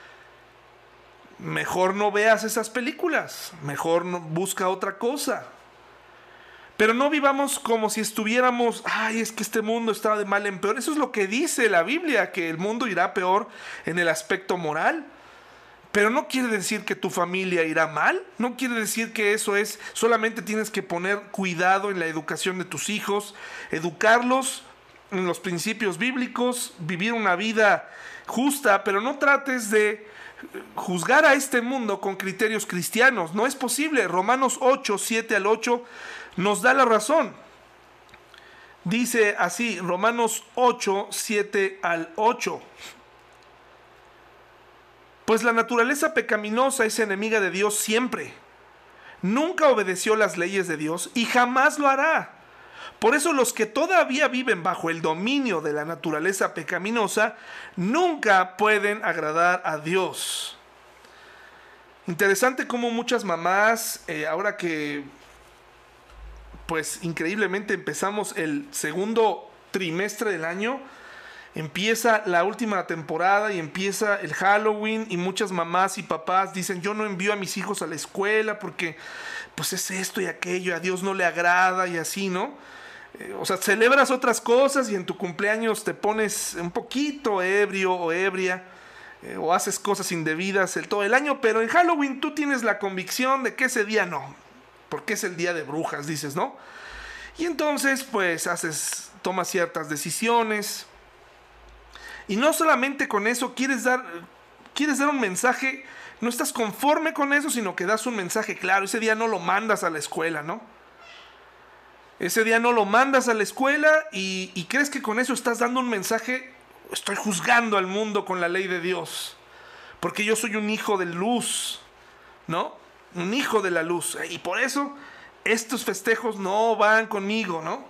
Mejor no veas esas películas, mejor no, busca otra cosa. Pero no vivamos como si estuviéramos, ay, es que este mundo está de mal en peor. Eso es lo que dice la Biblia, que el mundo irá peor en el aspecto moral. Pero no quiere decir que tu familia irá mal, no quiere decir que eso es, solamente tienes que poner cuidado en la educación de tus hijos, educarlos en los principios bíblicos, vivir una vida justa, pero no trates de juzgar a este mundo con criterios cristianos. No es posible. Romanos ocho, siete al ocho nos da la razón. Dice así, Romanos ocho, siete al ocho. Pues la naturaleza pecaminosa es enemiga de Dios siempre. Nunca obedeció las leyes de Dios y jamás lo hará. Por eso los que todavía viven bajo el dominio de la naturaleza pecaminosa nunca pueden agradar a Dios. Interesante cómo muchas mamás, eh, ahora que pues increíblemente empezamos el segundo trimestre del año, empieza la última temporada y empieza el Halloween y muchas mamás y papás dicen, yo no envío a mis hijos a la escuela porque pues es esto y aquello, a Dios no le agrada y así, ¿no? Eh, o sea, celebras otras cosas y en tu cumpleaños te pones un poquito ebrio o ebria eh, o haces cosas indebidas el todo el año, pero en Halloween tú tienes la convicción de que ese día no, porque es el día de brujas, dices, ¿no? Y entonces pues haces, tomas ciertas decisiones. Y no solamente con eso quieres dar, quieres dar un mensaje, no estás conforme con eso, sino que das un mensaje claro. Ese día no lo mandas a la escuela, ¿no? Ese día no lo mandas a la escuela y, y crees que con eso estás dando un mensaje, estoy juzgando al mundo con la ley de Dios, porque yo soy un hijo de luz, ¿no? Un hijo de la luz. Y por eso estos festejos no van conmigo, ¿no?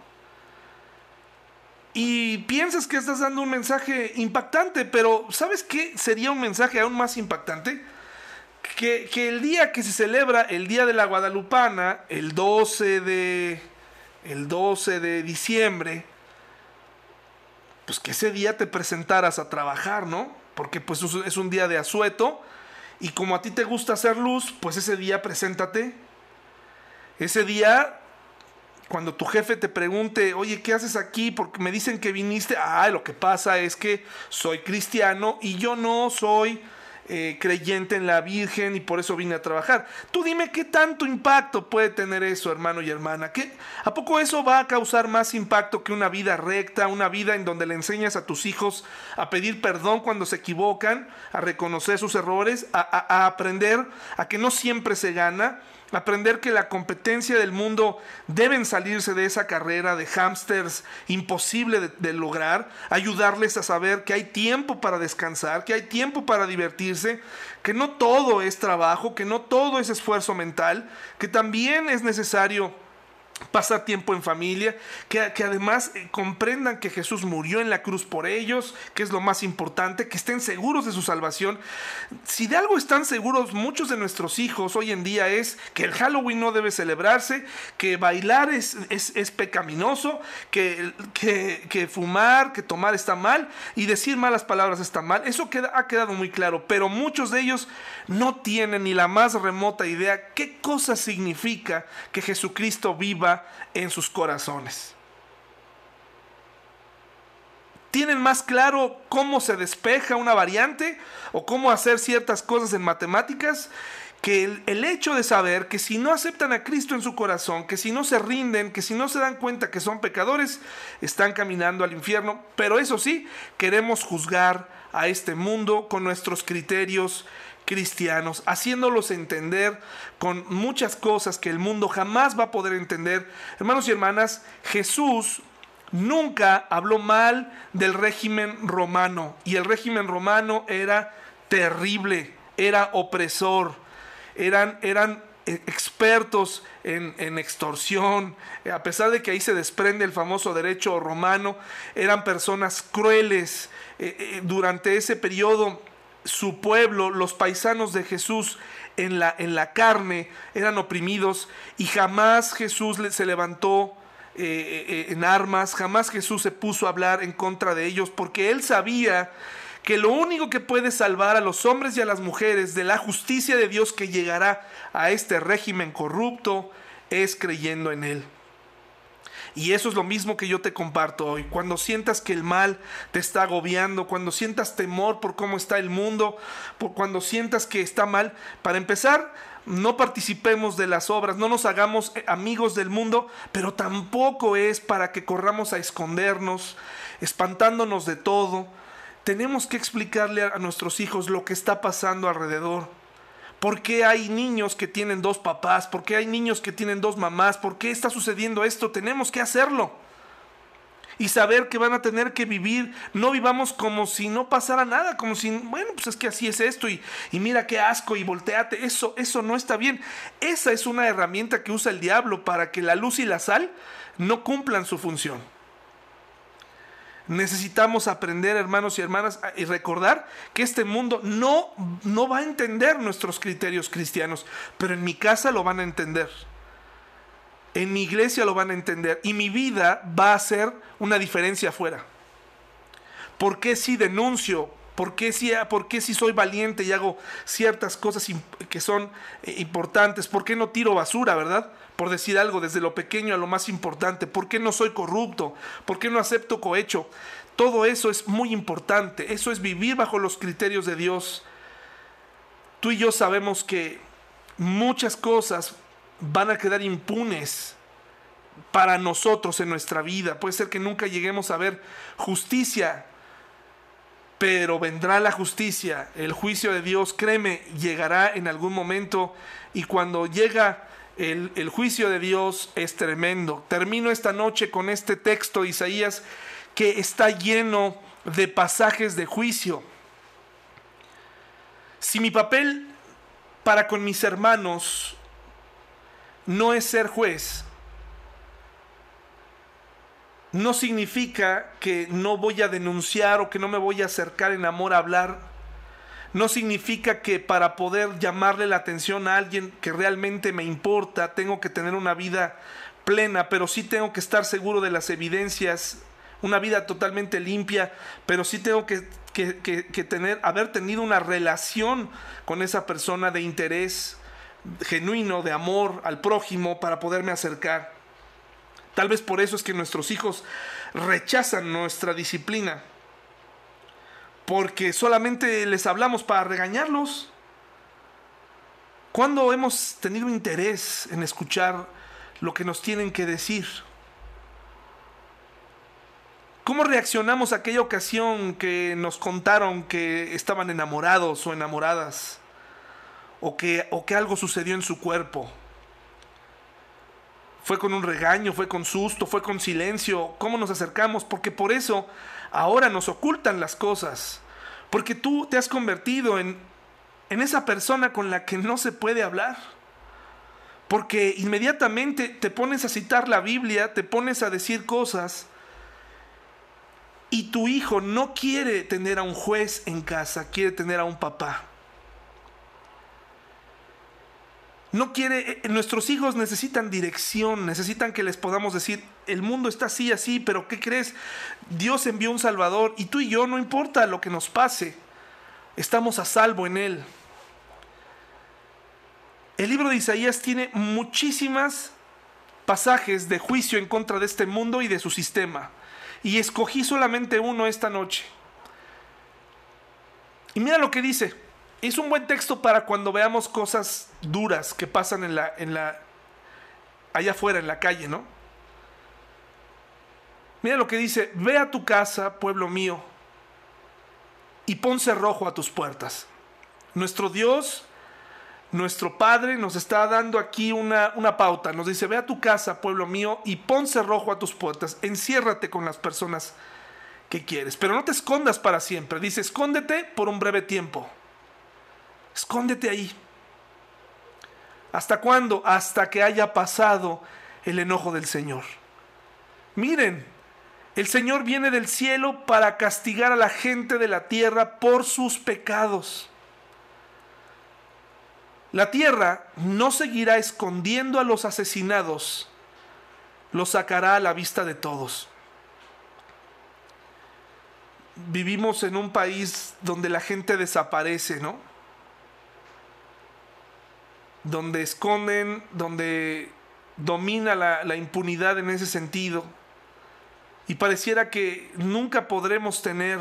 Y piensas que estás dando un mensaje impactante, pero ¿sabes qué sería un mensaje aún más impactante? Que, que el día que se celebra el Día de la Guadalupana, el doce de, el doce de diciembre, pues que ese día te presentaras a trabajar, ¿no? Porque pues es un día de asueto y como a ti te gusta hacer luz, pues ese día preséntate. Ese día, cuando tu jefe te pregunte, oye, ¿qué haces aquí? Porque me dicen que viniste. Ah, lo que pasa es que soy cristiano y yo no soy eh, creyente en la Virgen y por eso vine a trabajar. Tú dime qué tanto impacto puede tener eso, hermano y hermana. ¿Qué, ¿A poco eso va a causar más impacto que una vida recta, una vida en donde le enseñas a tus hijos a pedir perdón cuando se equivocan, a reconocer sus errores, a, a, a aprender a que no siempre se gana? Aprender que la competencia del mundo deben salirse de esa carrera de hámsters imposible de, de lograr, ayudarles a saber que hay tiempo para descansar, que hay tiempo para divertirse, que no todo es trabajo, que no todo es esfuerzo mental, que también es necesario pasar tiempo en familia, que, que además eh, comprendan que Jesús murió en la cruz por ellos, que es lo más importante, que estén seguros de su salvación. Si de algo están seguros muchos de nuestros hijos hoy en día es que el Halloween no debe celebrarse, que bailar es, es, es pecaminoso, que, que, que fumar, que tomar está mal y decir malas palabras está mal. Eso queda, ha quedado muy claro, pero muchos de ellos no tienen ni la más remota idea qué cosa significa que Jesucristo viva en sus corazones. ¿Tienen más claro cómo se despeja una variante o cómo hacer ciertas cosas en matemáticas? Que el, el hecho de saber que si no aceptan a Cristo en su corazón, que si no se rinden, que si no se dan cuenta que son pecadores, están caminando al infierno. Pero eso sí, queremos juzgar a este mundo con nuestros criterios cristianos, haciéndolos entender con muchas cosas que el mundo jamás va a poder entender. Hermanos y hermanas, Jesús nunca habló mal del régimen romano, y el régimen romano era terrible, era opresor, eran, eran expertos en, en extorsión, a pesar de que ahí se desprende el famoso derecho romano, eran personas crueles. Eh, eh, durante ese periodo su pueblo, los paisanos de Jesús en la, en la carne, eran oprimidos y jamás Jesús se levantó eh, eh, en armas, jamás Jesús se puso a hablar en contra de ellos, porque él sabía que lo único que puede salvar a los hombres y a las mujeres de la justicia de Dios que llegará a este régimen corrupto es creyendo en él. Y eso es lo mismo que yo te comparto hoy. Cuando sientas que el mal te está agobiando, cuando sientas temor por cómo está el mundo, por cuando sientas que está mal, para empezar, no participemos de las obras, no nos hagamos amigos del mundo, pero tampoco es para que corramos a escondernos, espantándonos de todo. tenemos que explicarle a nuestros hijos lo que está pasando alrededor. ¿Por qué hay niños que tienen dos papás? ¿Por qué hay niños que tienen dos mamás? ¿Por qué está sucediendo esto? Tenemos que hacerlo. Y saber que van a tener que vivir. No vivamos como si no pasara nada. Como si, bueno, pues es que así es esto. Y, y mira qué asco y volteate. Eso, eso no está bien. Esa es una herramienta que usa el diablo para que la luz y la sal no cumplan su función. Necesitamos aprender, hermanos y hermanas, y recordar que este mundo no, no va a entender nuestros criterios cristianos, pero en mi casa lo van a entender. En mi iglesia lo van a entender. Y mi vida va a hacer una diferencia afuera. ¿Por qué si denuncio? ¿Por qué si, por qué si soy valiente y hago ciertas cosas que son importantes? ¿Por qué no tiro basura, verdad? Por decir algo, desde lo pequeño a lo más importante. ¿Por qué no soy corrupto? ¿Por qué no acepto cohecho? Todo eso es muy importante. Eso es vivir bajo los criterios de Dios. Tú y yo sabemos que muchas cosas van a quedar impunes para nosotros en nuestra vida. Puede ser que nunca lleguemos a ver justicia, pero vendrá la justicia, el juicio de Dios, créeme, llegará en algún momento. Y cuando llega el, el juicio de Dios es tremendo. Termino esta noche con este texto de Isaías que está lleno de pasajes de juicio. Si mi papel para con mis hermanos no es ser juez, no significa que no voy a denunciar o que no me voy a acercar en amor a hablar. No significa que para poder llamarle la atención a alguien que realmente me importa tengo que tener una vida plena, pero sí tengo que estar seguro de las evidencias, una vida totalmente limpia, pero sí tengo que, que, que, que tener, haber tenido una relación con esa persona de interés genuino, de amor al prójimo, para poderme acercar. Tal vez por eso es que nuestros hijos rechazan nuestra disciplina, porque solamente les hablamos para regañarlos. ¿Cuándo hemos tenido interés en escuchar lo que nos tienen que decir? ¿Cómo reaccionamos a aquella ocasión que nos contaron que estaban enamorados o enamoradas? O que, o que algo sucedió en su cuerpo. Fue con un regaño, fue con susto, fue con silencio. ¿Cómo nos acercamos? Porque por eso ahora nos ocultan las cosas. Porque tú te has convertido en, en esa persona con la que no se puede hablar. Porque inmediatamente te pones a citar la Biblia, te pones a decir cosas, y tu hijo no quiere tener a un juez en casa, quiere tener a un papá. No quiere, nuestros hijos necesitan dirección, necesitan que les podamos decir, el mundo está así, así, pero ¿qué crees? Dios envió un Salvador y tú y yo, no importa lo que nos pase, estamos a salvo en Él. El libro de Isaías tiene muchísimas pasajes de juicio en contra de este mundo y de su sistema, y escogí solamente uno esta noche. Y mira lo que dice. Es un buen texto para cuando veamos cosas duras que pasan en la, en la, allá afuera, en la calle, ¿no? Mira lo que dice: ve a tu casa, pueblo mío, y pon cerrojo a tus puertas. Nuestro Dios, nuestro Padre, nos está dando aquí una, una pauta. Nos dice: ve a tu casa, pueblo mío, y pon cerrojo a tus puertas. Enciérrate con las personas que quieres, pero no te escondas para siempre. Dice: escóndete por un breve tiempo. Escóndete ahí. ¿Hasta cuándo? Hasta que haya pasado el enojo del Señor. Miren, el Señor viene del cielo para castigar a la gente de la tierra por sus pecados. La tierra no seguirá escondiendo a los asesinados, los sacará a la vista de todos. Vivimos en un país donde la gente desaparece, ¿no? Donde esconden, donde domina la, la impunidad en ese sentido. Y pareciera que nunca podremos tener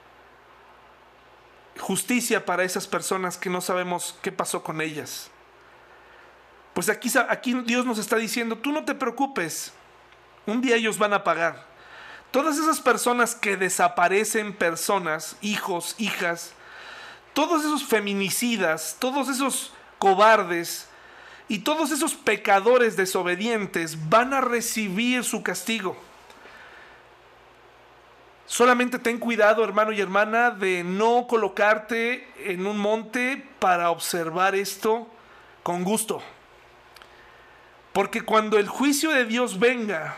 justicia para esas personas que no sabemos qué pasó con ellas. Pues aquí, aquí Dios nos está diciendo: tú no te preocupes, un día ellos van a pagar. Todas esas personas que desaparecen personas, hijos, hijas, todos esos feminicidas, todos esos cobardes y todos esos pecadores desobedientes van a recibir su castigo. Solamente ten cuidado, hermano y hermana, de no colocarte en un monte para observar esto con gusto. Porque cuando el juicio de Dios venga,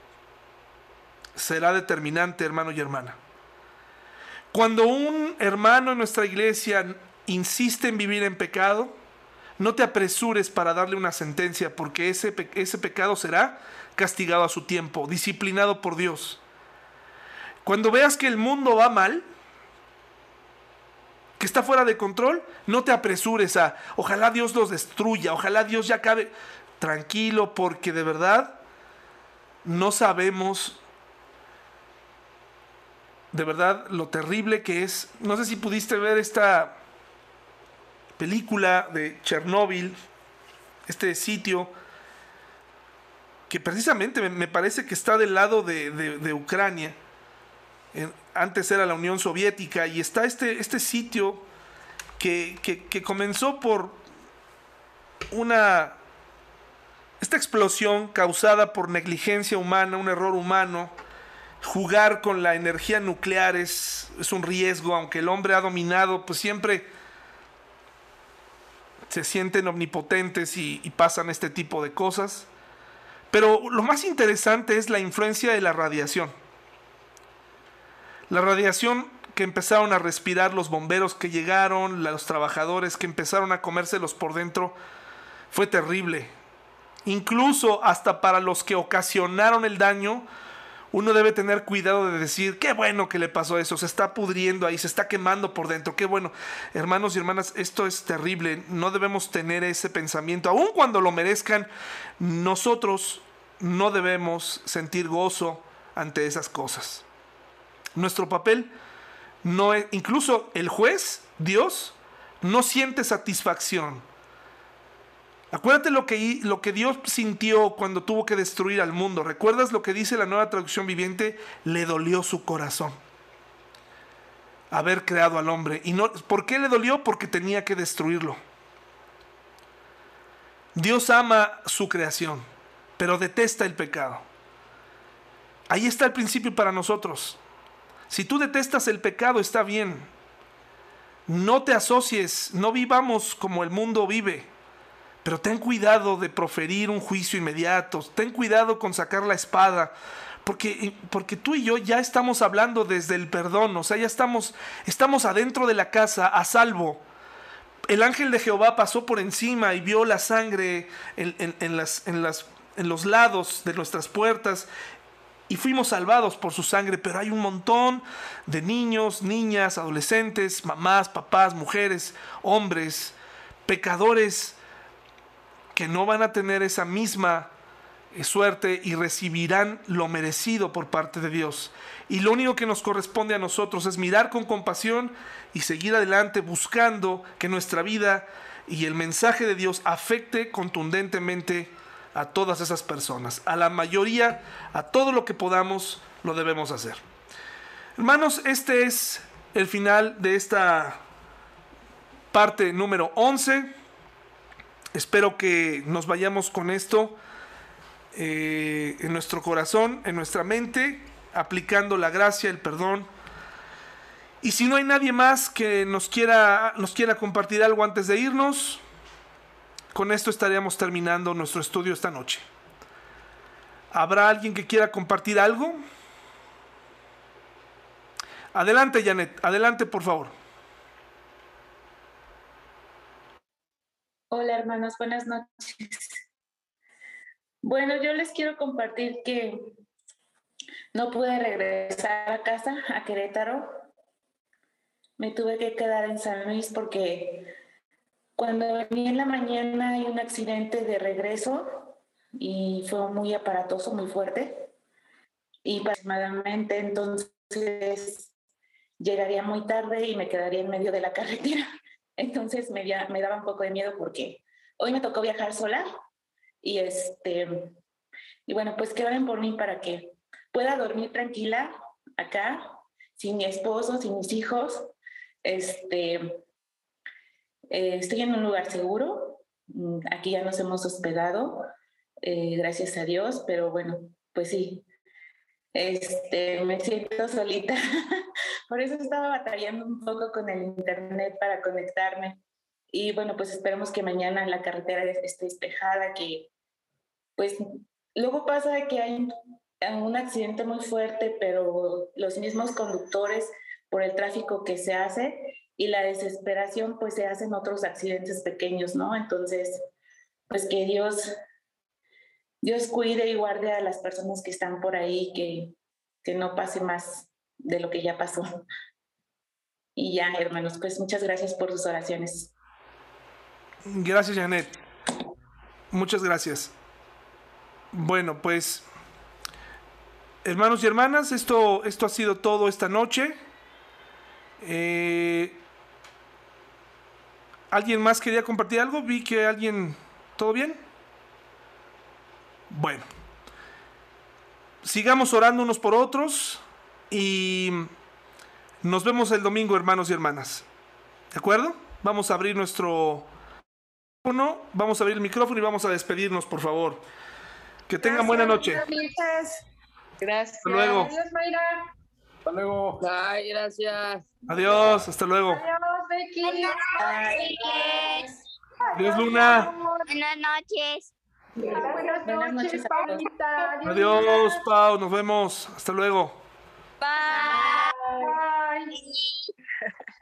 será determinante, hermano y hermana. Cuando un hermano en nuestra iglesia insiste en vivir en pecado, no te apresures para darle una sentencia, porque ese, pe- ese pecado será castigado a su tiempo, disciplinado por Dios. Cuando veas que el mundo va mal, que está fuera de control, no te apresures a, ojalá Dios los destruya, ojalá Dios ya acabe. Tranquilo, porque de verdad no sabemos de verdad lo terrible que es. No sé si pudiste ver esta película de Chernóbil, este sitio que precisamente me, me parece que está del lado de, de, de Ucrania. En, antes era la Unión Soviética, y está este, este sitio que, que, que comenzó por una esta explosión causada por negligencia humana, un error humano. Jugar con la energía nuclear es, es un riesgo, aunque el hombre ha dominado, pues siempre se sienten omnipotentes y, y pasan este tipo de cosas. Pero lo más interesante es la influencia de la radiación. La radiación que empezaron a respirar los bomberos que llegaron, los trabajadores que empezaron a comérselos por dentro, fue terrible. Incluso hasta para los que ocasionaron el daño, uno debe tener cuidado de decir, qué bueno que le pasó eso, se está pudriendo ahí, se está quemando por dentro, qué bueno. Hermanos y hermanas, esto es terrible, no debemos tener ese pensamiento, aun cuando lo merezcan. Nosotros no debemos sentir gozo ante esas cosas. Nuestro papel no es, incluso el juez, Dios, no siente satisfacción. Acuérdate lo que, lo que Dios sintió cuando tuvo que destruir al mundo. ¿Recuerdas lo que dice la Nueva Traducción Viviente? Le dolió su corazón haber creado al hombre. ¿Y no, por qué le dolió? Porque tenía que destruirlo. Dios ama su creación, pero detesta el pecado. Ahí está el principio para nosotros. Si tú detestas el pecado, está bien. No te asocies, no vivamos como el mundo vive. Pero ten cuidado de proferir un juicio inmediato. Ten cuidado con sacar la espada. Porque, porque tú y yo ya estamos hablando desde el perdón. O sea, ya estamos, estamos adentro de la casa, a salvo. El ángel de Jehová pasó por encima y vio la sangre en, en, en, las, en, las, en los lados de nuestras puertas. Y fuimos salvados por su sangre. Pero hay un montón de niños, niñas, adolescentes, mamás, papás, mujeres, hombres, pecadores, que no van a tener esa misma suerte y recibirán lo merecido por parte de Dios. Y lo único que nos corresponde a nosotros es mirar con compasión y seguir adelante buscando que nuestra vida y el mensaje de Dios afecte contundentemente a todas esas personas. A la mayoría, a todo lo que podamos, lo debemos hacer. Hermanos, este es el final de esta parte número once. Espero que nos vayamos con esto eh, en nuestro corazón, en nuestra mente, aplicando la gracia, el perdón. Y si no hay nadie más que nos quiera, nos quiera compartir algo antes de irnos, con esto estaríamos terminando nuestro estudio esta noche. ¿Habrá alguien que quiera compartir algo? Adelante, Janet, adelante, por favor. Hola, hermanos, buenas noches. Bueno, yo les quiero compartir que no pude regresar a casa, a Querétaro. Me tuve que quedar en San Luis porque cuando vení en la mañana hay un accidente de regreso y fue muy aparatoso, muy fuerte. Y aproximadamente entonces llegaría muy tarde y me quedaría en medio de la carretera. Entonces me, me daba un poco de miedo porque hoy me tocó viajar sola y este y bueno, pues que oren por mí para que pueda dormir tranquila acá, sin mi esposo, sin mis hijos. Este, eh, estoy en un lugar seguro. Aquí ya nos hemos hospedado, eh, gracias a Dios, pero bueno, pues sí, este, me siento solita. Por eso estaba batallando un poco con el internet para conectarme. Y bueno, pues esperemos que mañana la carretera esté despejada, que pues luego pasa que hay un accidente muy fuerte, pero los mismos conductores, por el tráfico que se hace y la desesperación, pues se hacen otros accidentes pequeños, ¿no? Entonces, pues que Dios, Dios cuide y guarde a las personas que están por ahí, que, que no pase más de lo que ya pasó. Y ya, hermanos, pues muchas gracias por sus oraciones. Gracias, Janet. Muchas gracias. Bueno, pues, hermanos y hermanas, esto, esto ha sido todo esta noche. Eh, ¿Alguien más quería compartir algo? Vi que alguien... ¿Todo bien? Bueno. Sigamos orando unos por otros y nos vemos el domingo, hermanos y hermanas. ¿De acuerdo? Vamos a abrir nuestro micrófono, vamos a abrir el micrófono y vamos a despedirnos, por favor. Que tengan Gracias, buena noche. Gracias. Gracias. Hasta luego. Adiós, Mayra. Hasta luego. Ay, gracias. Adiós, hasta luego. Adiós, Becky. Buenas Adiós, Luna. Buenas noches. Buenas, Buenas noches, noches a todos. Paulita. Adiós, Pau, nos vemos. Hasta luego. Bye. Bye.